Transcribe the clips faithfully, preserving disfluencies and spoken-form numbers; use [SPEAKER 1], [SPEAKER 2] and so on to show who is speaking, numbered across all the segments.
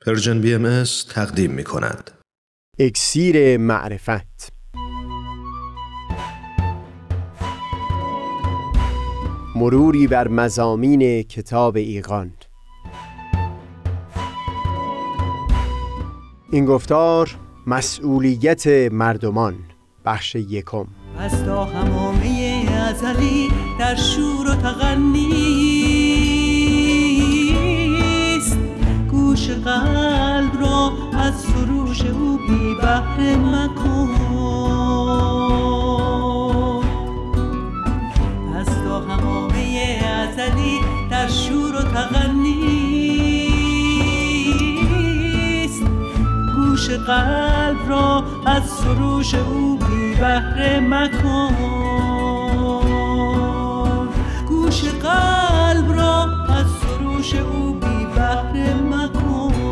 [SPEAKER 1] پرژن بی ام اس تقدیم می کند.
[SPEAKER 2] اکسیر معرفت. مروری بر مضامین کتاب ایقان. این گفتار مسئولیت مردمان، بخش یکم.
[SPEAKER 3] از تا همامه ازلی در شور و تغنیست، گوش قلب را از سروش او بی بهره مکن. از تا همامه ازلی در شور و تغنیست، گوش قلب را از سروش او بی بهره مکن. گوش قلب را از سروش او بی بهره مکن.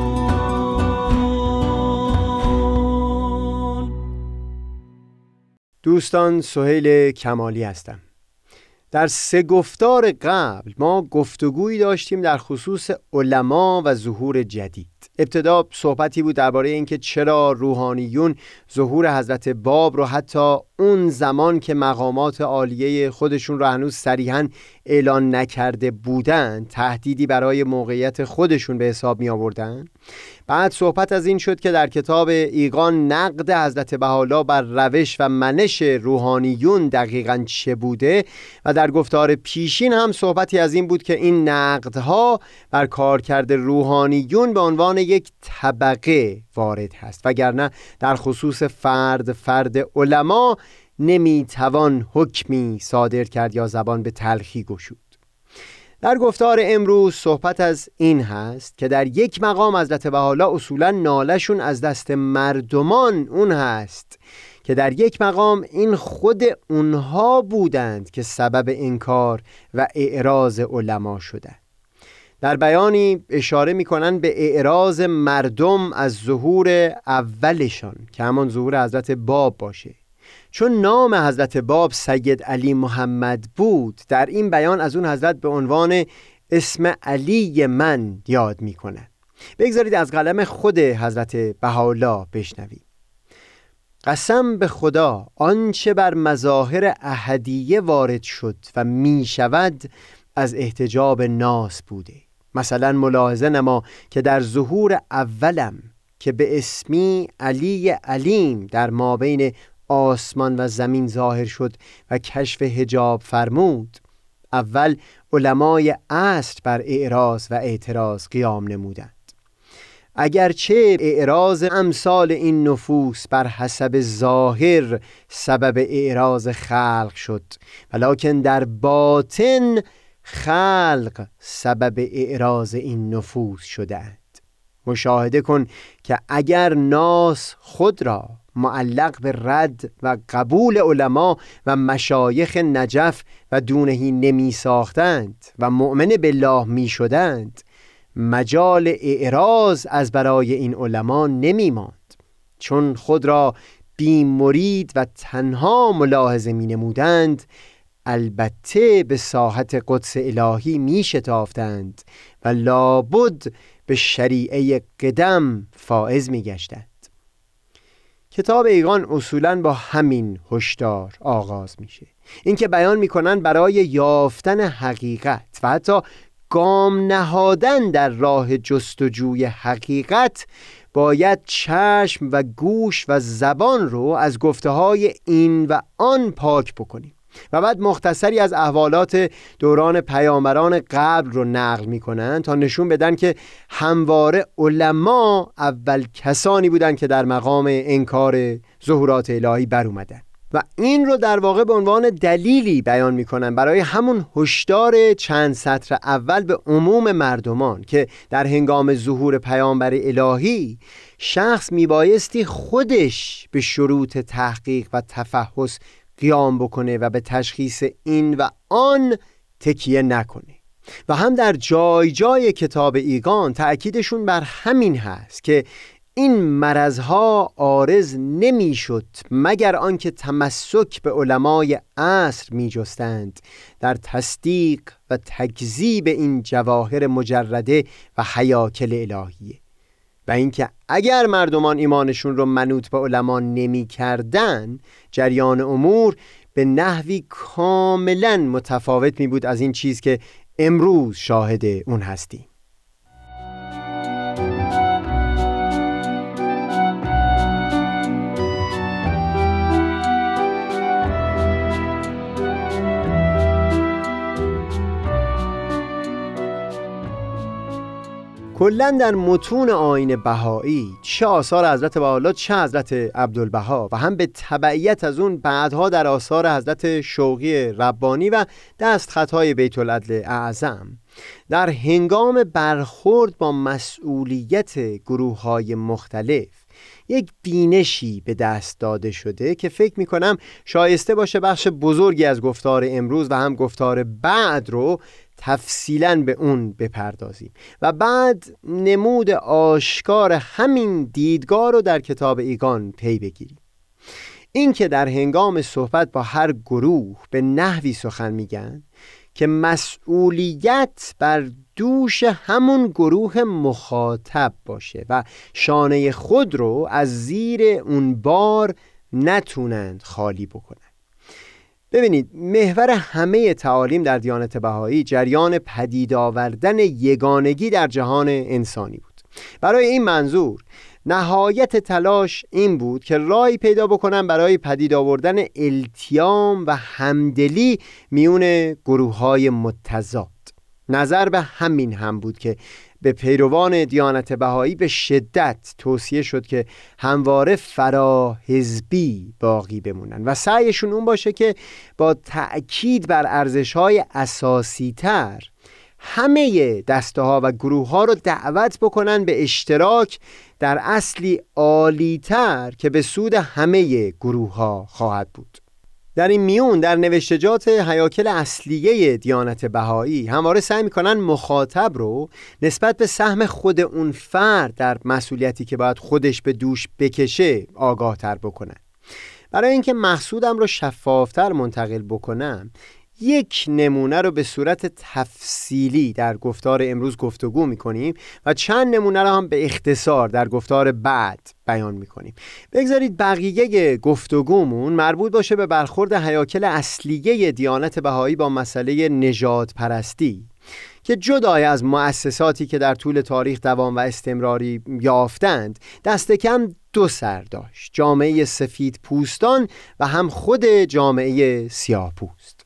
[SPEAKER 2] دوستان، سهیل کمالی هستم. در سه گفتار قبل ما گفتگویی داشتیم در خصوص علما و ظهور جدید. ابتدا صحبتی بود درباره اینکه چرا روحانیون ظهور حضرت باب رو حتی اون زمان که مقامات عالیه خودشون رو هنوز صریحاً اعلان نکرده بودن تهدیدی برای موقعیت خودشون به حساب می آوردن. بعد صحبت از این شد که در کتاب ایقان نقد حضرت بهاءالله بر روش و منش روحانیون دقیقاً چه بوده و در گفتار پیشین هم صحبتی از این بود که این نقدها بر کارکرد روحانیون به عنوان یک طبقه وارد هست، وگرنه در خصوص فرد فرد علما نمیتوان حکمی صادر کرد یا زبان به تلخی گشود. در گفتار امروز صحبت از این هست که در یک مقام حضرت بهاءالله اصولا نالشون از دست مردمان اون هست که در یک مقام این خود اونها بودند که سبب انکار و اعراض علما شدند. در بیانی اشاره میکنن به اعراض مردم از ظهور اولشان که همان ظهور حضرت باب باشه. چون نام حضرت باب سید علی محمد بود، در این بیان از اون حضرت به عنوان اسم علی من یاد میکنن. بگذارید از قلم خود حضرت بهاءالله بشنویم. قسم به خدا آنچه بر مظاهر احدیه وارد شد و می شود از احتجاب ناس بوده. مثلا ملاحظه نما که در ظهور اولم که به اسمی علی علیم در مابین آسمان و زمین ظاهر شد و کشف حجاب فرمود، اول علمای عصر بر اعراض و اعتراض قیام نمودند. اگرچه اعراض امثال این نفوس بر حسب ظاهر سبب اعراض خلق شد، ولکن در باطن خلق سبب اعراض این نفوس شدند. مشاهده کن که اگر ناس خود را معلق به رد و قبول علما و مشایخ نجف و دونهی نمی ساختند و مؤمن بالله می شدند، مجال اعراض از برای این علما نمی ماند، چون خود را بی مرید و تنها ملاحظه می نمودند. البته به ساحت قدس الهی می شتافتند و لابد به شریعه قدم فائز می گشتند. کتاب ایقان اصولاً با همین هشدار آغاز میشه، این که بیان میکنن برای یافتن حقیقت و حتی گام نهادن در راه جستجوی حقیقت باید چشم و گوش و زبان رو از گفته‌های این و آن پاک بکنیم و بعد مختصری از احوالات دوران پیامبران قبل رو نقل میکنن تا نشون بدن که همواره علما اول کسانی بودن که در مقام انکار ظهورات الهی بر اومدن و این رو در واقع به عنوان دلیلی بیان میکنن برای همون هشدار چند سطر اول به عموم مردمان که در هنگام ظهور پیامبر الهی شخص میبایستی خودش به شروط تحقیق و تفحص قیام بکنه و به تشخیص این و آن تکیه نکنه. و هم در جای جای کتاب ایقان تأکیدشون بر همین هست که این مرضها عارض نمی شد مگر آنکه تمسک به علمای عصر می جستند در تصدیق و تکذیب این جواهر مجرده و هیاکل الهیه. و اینکه اگر مردمان ایمانشون رو منوط به علما نمی کردن، جریان امور به نحوی کاملا متفاوت می بود از این چیز که امروز شاهد اون هستیم. کلاً در متون آیین بهایی، چه آثار حضرت بهاءالله چه حضرت عبدالبها و هم به تبعیت از اون بعدها در آثار حضرت شوقی ربانی و دستخطهای بیت العدل اعظم، در هنگام برخورد با مسئولیت گروه‌های مختلف یک بینشی به دست داده شده که فکر می‌کنم شایسته باشه بخش بزرگی از گفتار امروز و هم گفتار بعد رو تفصیلاً به اون بپردازیم و بعد نمود آشکار همین دیدگاه رو در کتاب ایقان پی بگیریم. این که در هنگام صحبت با هر گروه به نحوی سخن میگن که مسئولیت بر دوش همون گروه مخاطب باشه و شانه خود رو از زیر اون بار نتونند خالی بکنن. ببینید، محور همه تعالیم در دیانت بهایی جریان پدید آوردن یگانگی در جهان انسانی بود. برای این منظور نهایت تلاش این بود که راهی پیدا بکنن برای پدید آوردن التیام و همدلی میون گروه‌های متضاد. نظر به همین هم بود که به پیروان دیانت بهایی به شدت توصیه شد که همواره فراحزبی باقی بمونن و سعیشون اون باشه که با تأکید بر ارزش‌های اساسی تر همه دسته ها و گروه ها رو دعوت بکنن به اشتراک در اصلی عالی تر که به سود همه گروه ها خواهد بود. در این میون در نوشتجات هیاکل اصلیه دیانت بهایی همواره سعی میکنن مخاطب رو نسبت به سهم خود اون فرد در مسئولیتی که باید خودش به دوش بکشه آگاه تر بکنن. برای اینکه مقصودم رو شفافتر منتقل بکنم، یک نمونه رو به صورت تفصیلی در گفتار امروز گفتگو میکنیم و چند نمونه رو هم به اختصار در گفتار بعد بیان میکنیم. بگذارید بقیه گفتگومون مربوط باشه به برخورد هیاکل اصلیه دیانت بهایی با مسئله نژاد پرستی که جدای از مؤسساتی که در طول تاریخ دوام و استمراری یافتند، دست کم دو سر داشت: جامعه سفید پوستان و هم خود جامعه سیاه پوست.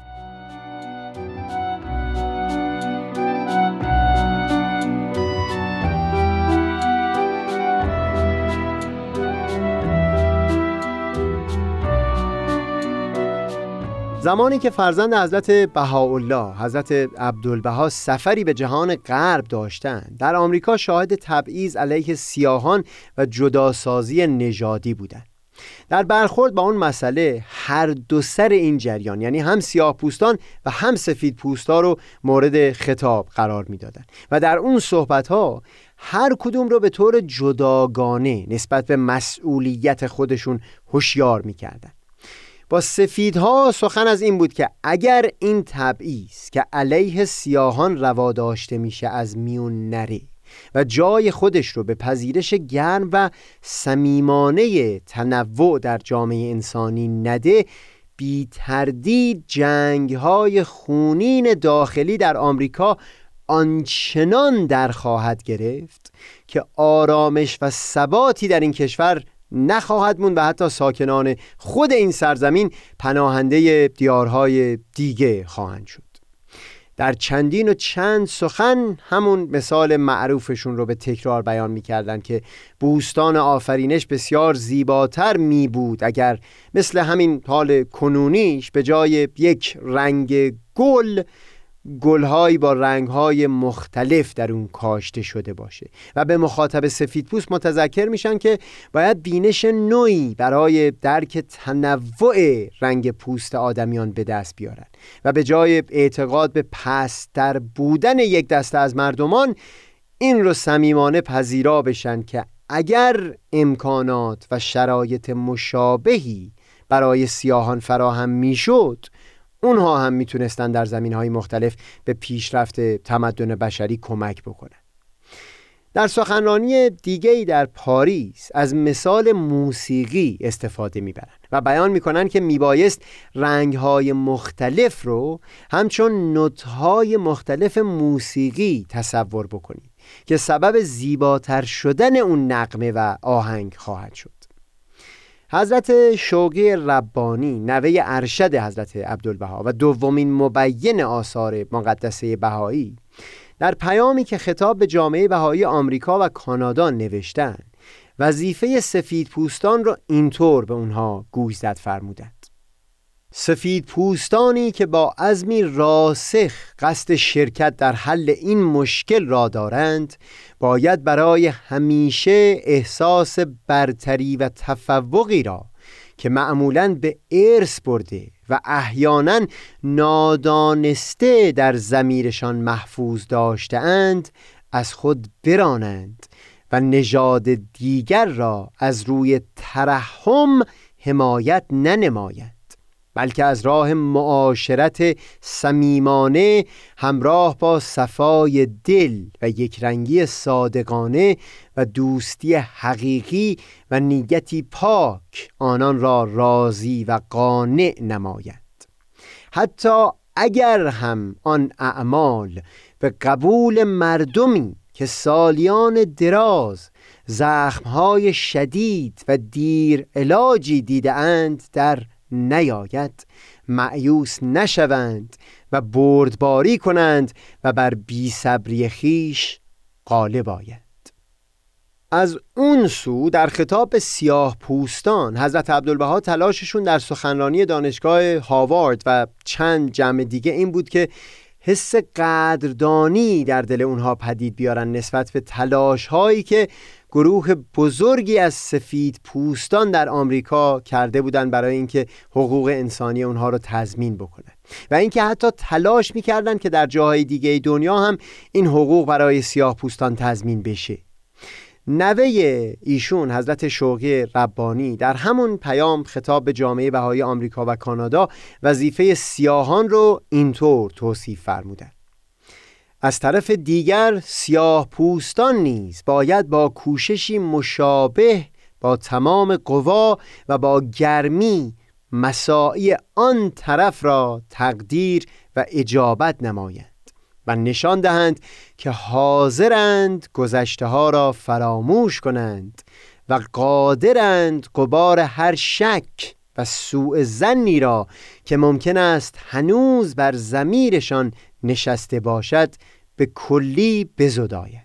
[SPEAKER 2] زمانی که فرزند حضرت بهاءالله حضرت عبدالبها سفری به جهان غرب داشتند، در آمریکا شاهد تبعیض علیه سیاهان و جداسازی نژادی بودند. در برخورد با اون مسئله هر دو سر این جریان، یعنی هم سیاه پوستان و هم سفید پوستا رو مورد خطاب قرار میدادن و در اون صحبت ها هر کدوم رو به طور جداگانه نسبت به مسئولیت خودشون هوشیار میکردن. با سفیدها سخن از این بود که اگر این تبعیض که علیه سیاهان روا داشته میشه از میون نره و جای خودش رو به پذیرش گرم و صمیمانه تنوع در جامعه انسانی نده، بی تردید جنگ‌های خونین داخلی در آمریکا آنچنان در خواهد گرفت که آرامش و ثباتی در این کشور نخواهد موند و حتی ساکنان خود این سرزمین پناهنده دیارهای دیگه خواهند شد. در چندین و چند سخن همون مثال معروفشون رو به تکرار بیان می‌کردن که بوستان آفرینش بسیار زیباتر می بود اگر مثل همین حال کنونیش به جای یک رنگ گل گل‌هایی با رنگ‌های مختلف در اون کاشته شده باشه و به مخاطب سفیدپوست متذکر میشن که باید بینش نوعی برای درک تنوع رنگ پوست آدمیان به دست بیارن و به جای اعتقاد به پست‌تر بودن یک دسته از مردمان، این رو صمیمانه پذیرا بشن که اگر امکانات و شرایط مشابهی برای سیاهان فراهم میشد، اونها هم میتونستن در زمینهای مختلف به پیشرفت تمدن بشری کمک بکنن. در سخنرانی دیگه‌ای در پاریس از مثال موسیقی استفاده می‌برند و بیان می‌کنند که میبایست رنگ‌های مختلف رو همچون نوت‌های مختلف موسیقی تصور بکنید که سبب زیباتر شدن اون نغمه و آهنگ خواهد شد. حضرت شوقی ربانی، نوه ارشد حضرت عبدالبها و دومین مبین آثار مقدسه بهایی، در پیامی که خطاب به جامعه بهایی آمریکا و کانادا نوشتند، وظیفه سفید پوستان را اینطور به اونها گوشزد فرمودند: سفید پوستانی که با عزمی راسخ قصد شرکت در حل این مشکل را دارند، باید برای همیشه احساس برتری و تفوقی را که معمولاً به ارث برده و احیانا نادانسته در ضمیرشان محفوظ داشته‌اند از خود برانند و نژاد دیگر را از روی ترحم حمایت ننمایند، بلکه از راه معاشرت صمیمانه همراه با صفای دل و یکرنگی صادقانه و دوستی حقیقی و نیتی پاک آنان را راضی و قانع نمایند، حتی اگر هم آن اعمال به قبول مردمی که سالیان دراز زخمهای شدید و دیر علاجی دیده اند در نیاید، مأیوس نشوند و بردباری کنند و بر بی‌صبری خیش غالب آیند. از اون سو در خطاب به سیاه پوستان، حضرت عبدالبها تلاششون در سخنرانی دانشگاه هاوارد و چند جمع دیگه این بود که حس قدردانی در دل اونها پدید بیارن نسبت به تلاش هایی که گروه بزرگی از سفید پوستان در آمریکا کرده بودن برای اینکه حقوق انسانی اونها رو تضمین بکنن و اینکه حتی تلاش میکردن که در جاهای دیگه دنیا هم این حقوق برای سیاه پوستان تضمین بشه. نوه ایشون حضرت شوقی ربانی در همون پیام خطاب به جامعه بهایی آمریکا و کانادا وظیفه سیاهان رو اینطور توصیف فرمودند: از طرف دیگر سیاه پوستان نیز باید با کوششی مشابه با تمام قوا و با گرمی مساعی آن طرف را تقدیر و اجابت نمایند و نشان دهند که حاضرند گذشته ها را فراموش کنند و قادرند غبار هر شک و سوء ظنی را که ممکن است هنوز بر ضمیرشان نشسته باشد به کلی بزداید.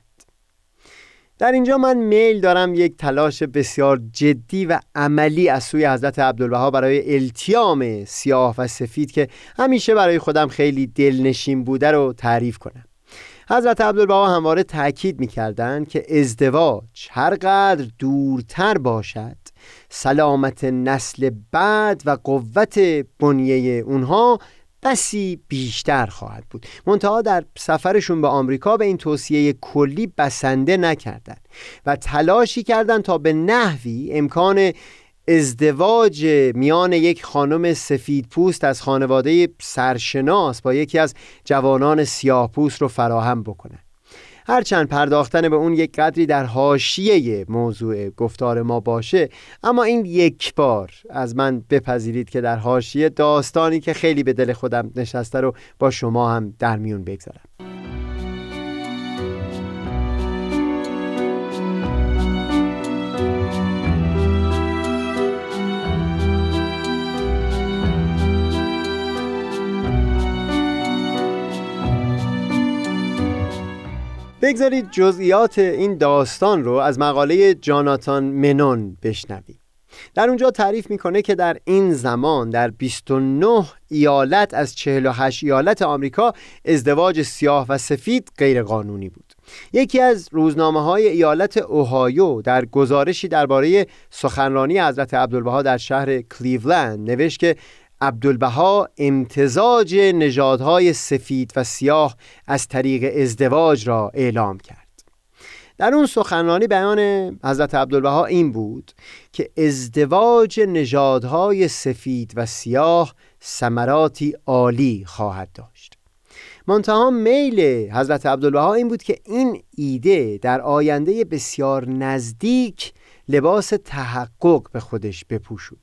[SPEAKER 2] در اینجا من میل دارم یک تلاش بسیار جدی و عملی از سوی حضرت عبدالبها برای التیام سیاه و سفید که همیشه برای خودم خیلی دلنشین بوده رو تعریف کنم. حضرت عبدالبها همواره تأکید می‌کردند که ازدواج هرقدر دورتر باشد، سلامت نسل بعد و قوت بنیه اونها بسی بیشتر خواهد بود. منتها در سفرشون به آمریکا به این توصیه کلی بسنده نکردند و تلاشی کردند تا به نحوی امکان ازدواج میان یک خانم سفید پوست از خانواده سرشناس با یکی از جوانان سیاه پوست رو فراهم بکنند. هرچند پرداختن به اون یک قدری در حاشیه موضوع گفتار ما باشه، اما این یک بار از من بپذیرید که در حاشیه داستانی که خیلی به دل خودم نشسته رو با شما هم در میون بگذارم. بگذارید جزئیات این داستان رو از مقاله جاناتان منون بشنویم. در اونجا تعریف میکنه که در این زمان در بیست و نه ایالت از چهل و هشت ایالت آمریکا ازدواج سیاه و سفید غیر قانونی بود. یکی از روزنامه‌های ایالت اوهایو در گزارشی درباره سخنرانی حضرت عبدالبها در شهر کلیولند نوشت که عبدالبها امتزاج نژادهای سفید و سیاه از طریق ازدواج را اعلام کرد. در اون سخنرانی بیان حضرت عبدالبها این بود که ازدواج نژادهای سفید و سیاه ثمراتی عالی خواهد داشت. منتها میل حضرت عبدالبها این بود که این ایده در آینده بسیار نزدیک لباس تحقق به خودش بپوشونه.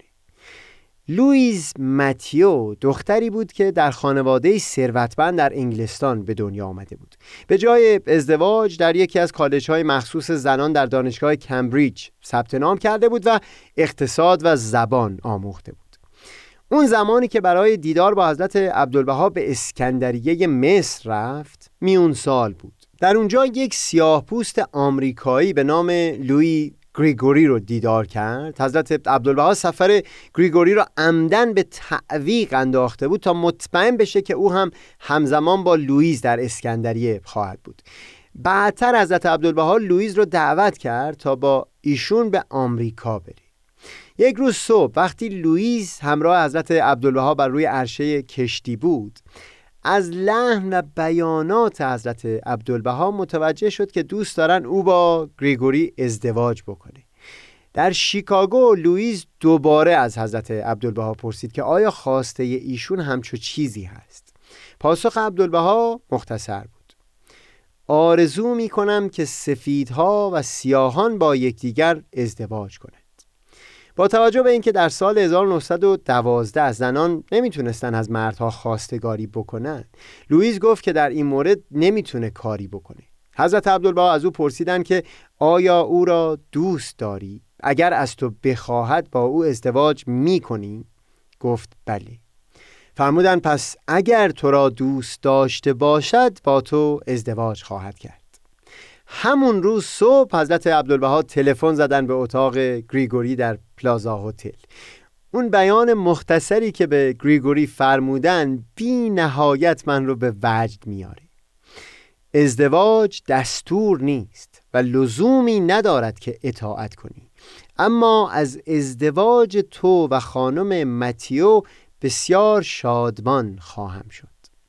[SPEAKER 2] لوئیز متیو دختری بود که در خانواده ثروتمند در انگلستان به دنیا آمده بود. به جای ازدواج در یکی از کالج‌های مخصوص زنان در دانشگاه کمبریج ثبت نام کرده بود و اقتصاد و زبان آموخته بود. اون زمانی که برای دیدار با حضرت عبدالبها به اسکندریه مصر رفت میون سال بود. در اونجا یک سیاه‌پوست آمریکایی به نام لویی گریگوری رو دیدار کرد. حضرت عبدالبها سفر گریگوری رو عمدن به تعویق انداخته بود تا مطمئن بشه که او هم همزمان با لوئیس در اسکندریه خواهد بود. بعدتر حضرت عبدالبها لوئیس رو دعوت کرد تا با ایشون به آمریکا بره. یک روز صبح وقتی لوئیس همراه حضرت عبدالبها بر روی عرشه کشتی بود، از لحن و بیانات حضرت عبدالبها متوجه شد که دوست دارن او با گریگوری ازدواج بکنه. در شیکاگو لوئیس دوباره از حضرت عبدالبها پرسید که آیا خواسته ایشون همچو چیزی هست. پاسخ عبدالبها مختصر بود: آرزو می کنم که سفیدها و سیاهان با یکدیگر ازدواج کنند. با توجه به اینکه در سال هزار و نهصد و دوازده زنان نمیتونستن از مردها خواستگاری بکنن، لوئیس گفت که در این مورد نمیتونه کاری بکنه. حضرت عبدالبها از او پرسیدن که آیا او را دوست داری؟ اگر از تو بخواهد با او ازدواج میکنی؟ گفت بله. فرمودن پس اگر تو را دوست داشته باشد با تو ازدواج خواهد کرد. همون روز صبح حضرت عبدالبها تلفن زدن به اتاق گریگوری در پلازا هتل. اون بیان مختصری که به گریگوری فرمودن بی نهایت من رو به وجد میاره. ازدواج دستور نیست و لزومی ندارد که اطاعت کنی، اما از ازدواج تو و خانم متیو بسیار شادمان خواهم شد.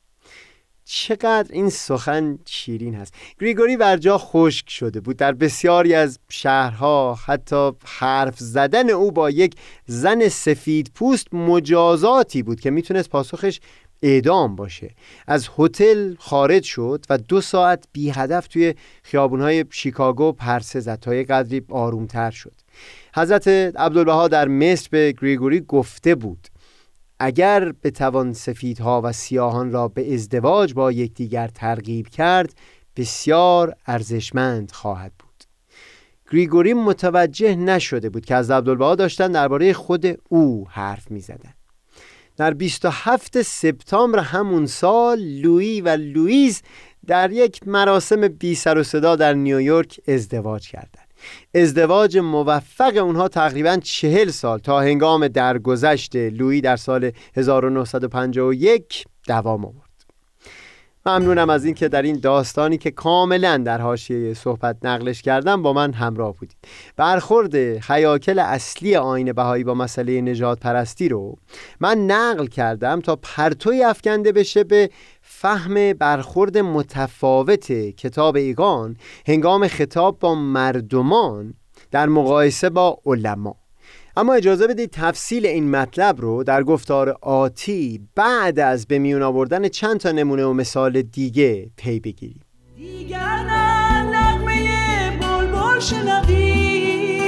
[SPEAKER 2] چقدر این سخن شیرین هست. گریگوری برجا خشک شده بود. در بسیاری از شهرها حتی حرف زدن او با یک زن سفید پوست مجازاتی بود که میتونست پاسخش اعدام باشه. از هتل خارج شد و دو ساعت بی هدف توی خیابونهای شیکاگو پرسه زد تا یک قدری آرومتر شد. حضرت عبدالبها در مصر به گریگوری گفته بود اگر بتوان سفیدها و سیاهان را به ازدواج با یکدیگر ترغیب کرد بسیار ارزشمند خواهد بود. گریگوری متوجه نشده بود که از عبدالبها داشتن درباره خود او حرف می زدن. در بیست و هفتم سپتامبر همون سال لویی و لوئیس در یک مراسم بی سر و صدا در نیویورک ازدواج کردند. ازدواج موفق اونها تقریباً چهل سال تا هنگام درگذشت لویی در سال هزار و نهصد و پنجاه و یک دوام آورد. ممنونم از این که در این داستانی که کاملاً در حاشیه صحبت نقلش کردم با من همراه بودید. برخورد هیاکل اصلی آیین بهایی با مسئله نژاد پرستی رو من نقل کردم تا پرتوی افکنده بشه به فهم برخورد متفاوت کتاب ایقان هنگام خطاب با مردمان در مقایسه با علما. اما اجازه بدید تفصیل این مطلب رو در گفتار آتی بعد از به میون آوردن چند تا نمونه و مثال دیگه پی بگیریم.
[SPEAKER 3] دیگر نه نغمه بلبل شنوی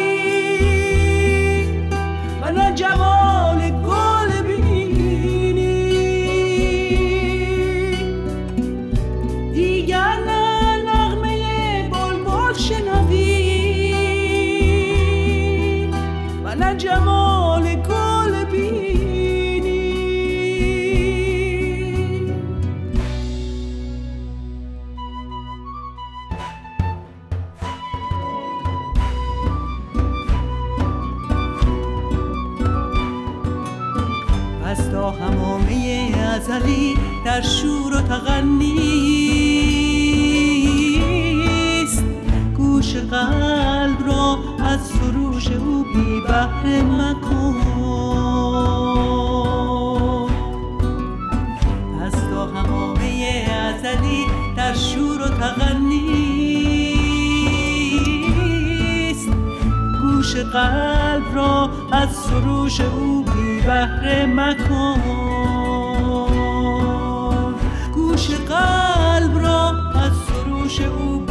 [SPEAKER 3] و نه جمال گل بینی، دیگر نه نغمه بلبل شنوی و نه جمال گل بینی. پس تا همامه ازلی در شور و تغنیست، گوش قلب را از سروش او بی بهره مکن. پس تا همامه ازلی در شور و تغنیست، گوش قلب را از سروش او بی بهره مکن. گوش قلب را از سروش او